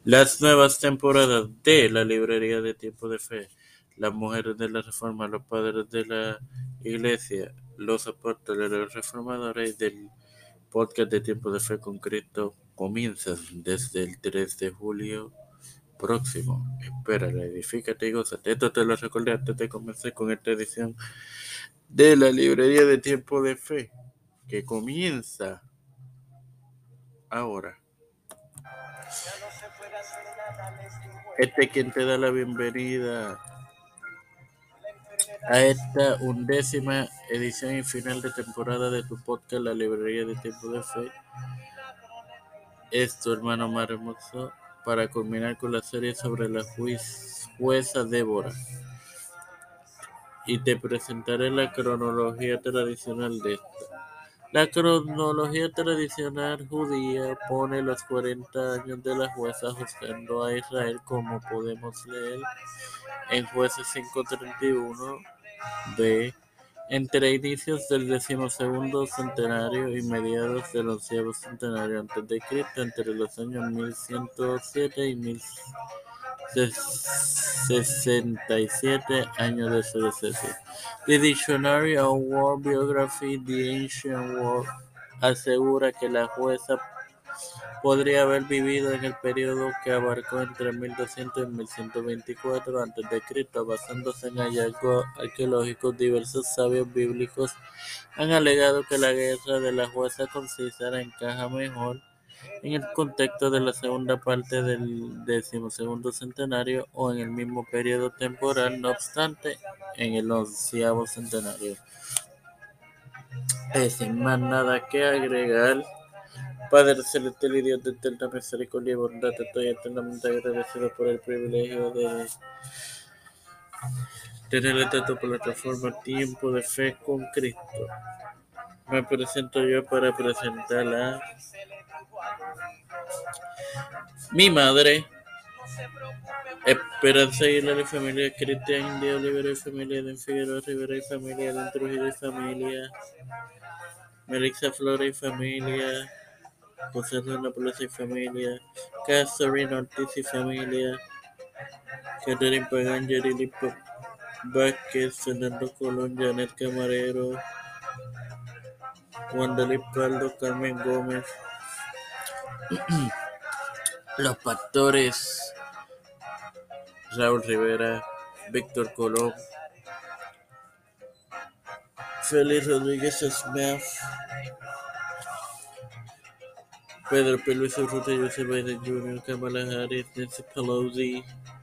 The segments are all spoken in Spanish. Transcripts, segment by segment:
Las nuevas temporadas de la Librería de Tiempo de Fe, las mujeres de la Reforma, los padres de la Iglesia, los apóstoles, los reformadores del podcast de Tiempo de Fe con Cristo comienzan desde el 3 de julio próximo. Espérala, edifícate y gózate. Esto te lo recordé antes de comenzar con esta edición de la Librería de Tiempo de Fe, que comienza ahora. Quien te da la bienvenida a esta 11ª edición y final de temporada de tu podcast La Librería de Tiempo de Fe. Es tu hermano más hermoso para culminar con la serie sobre la jueza Débora. Y te presentaré la cronología tradicional de esta. La cronología tradicional judía pone los 40 años de la jueza juzgando a Israel, como podemos leer en Jueces 5:31b, entre inicios del 12º centenario y mediados del 11º centenario antes de Cristo, entre los años 1107 y 1067 años de su deceso. The Dictionary of World Biography, The Ancient World, asegura que la jueza podría haber vivido en el periodo que abarcó entre 1200 y 1124 a.C., basándose en hallazgos arqueológicos. Diversos sabios bíblicos han alegado que la guerra de la jueza con Císara encaja mejor en el contexto de la segunda parte del 12º centenario o en el mismo periodo temporal. No obstante, en el 11º centenario. Sin más nada que agregar, Padre celestial y Dios de eterna misericordia y bondad, estoy eternamente agradecido por el privilegio de tener esta tu plataforma Tiempo de Fe con Cristo. Me presento yo para presentar a mi madre, Esperanza Aguilar y familia, Cristian de Olivera y familia, de Figueroa Rivera y familia, de Trujillo y familia, Melissa Flores y familia, José Rana Plaza y familia, Catherine Ortiz y familia, Catherine Pagán, Yerili Vázquez, Fernando Colón, Janet Camarero, Juan Dalip Caldo, Carmen Gómez, los pastores Raúl Rivera, Víctor Colón, Félix Rodríguez Smith, Pedro P. Luis Urrutia, Joseph Biden Jr., Kamala Harris, Nancy Pelosi,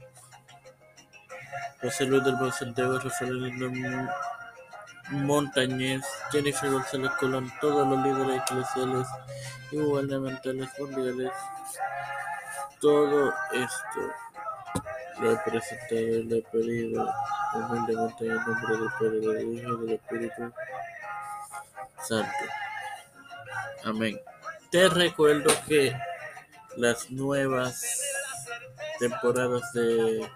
José Luis del Santiago, Rafael Montañez, Jennifer González Colón, todos los líderes eclesiales y gubernamentales mundiales. Todo esto lo he presentado y lo he pedido humildemente en el nombre del Padre, del Hijo y del Espíritu Santo. Amén. Te recuerdo que las nuevas temporadas de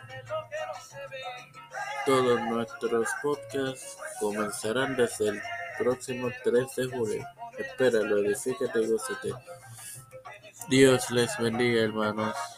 todos nuestros podcasts comenzarán desde el próximo 3 de julio. Espéralo, edifícate y gózate. Dios les bendiga, hermanos.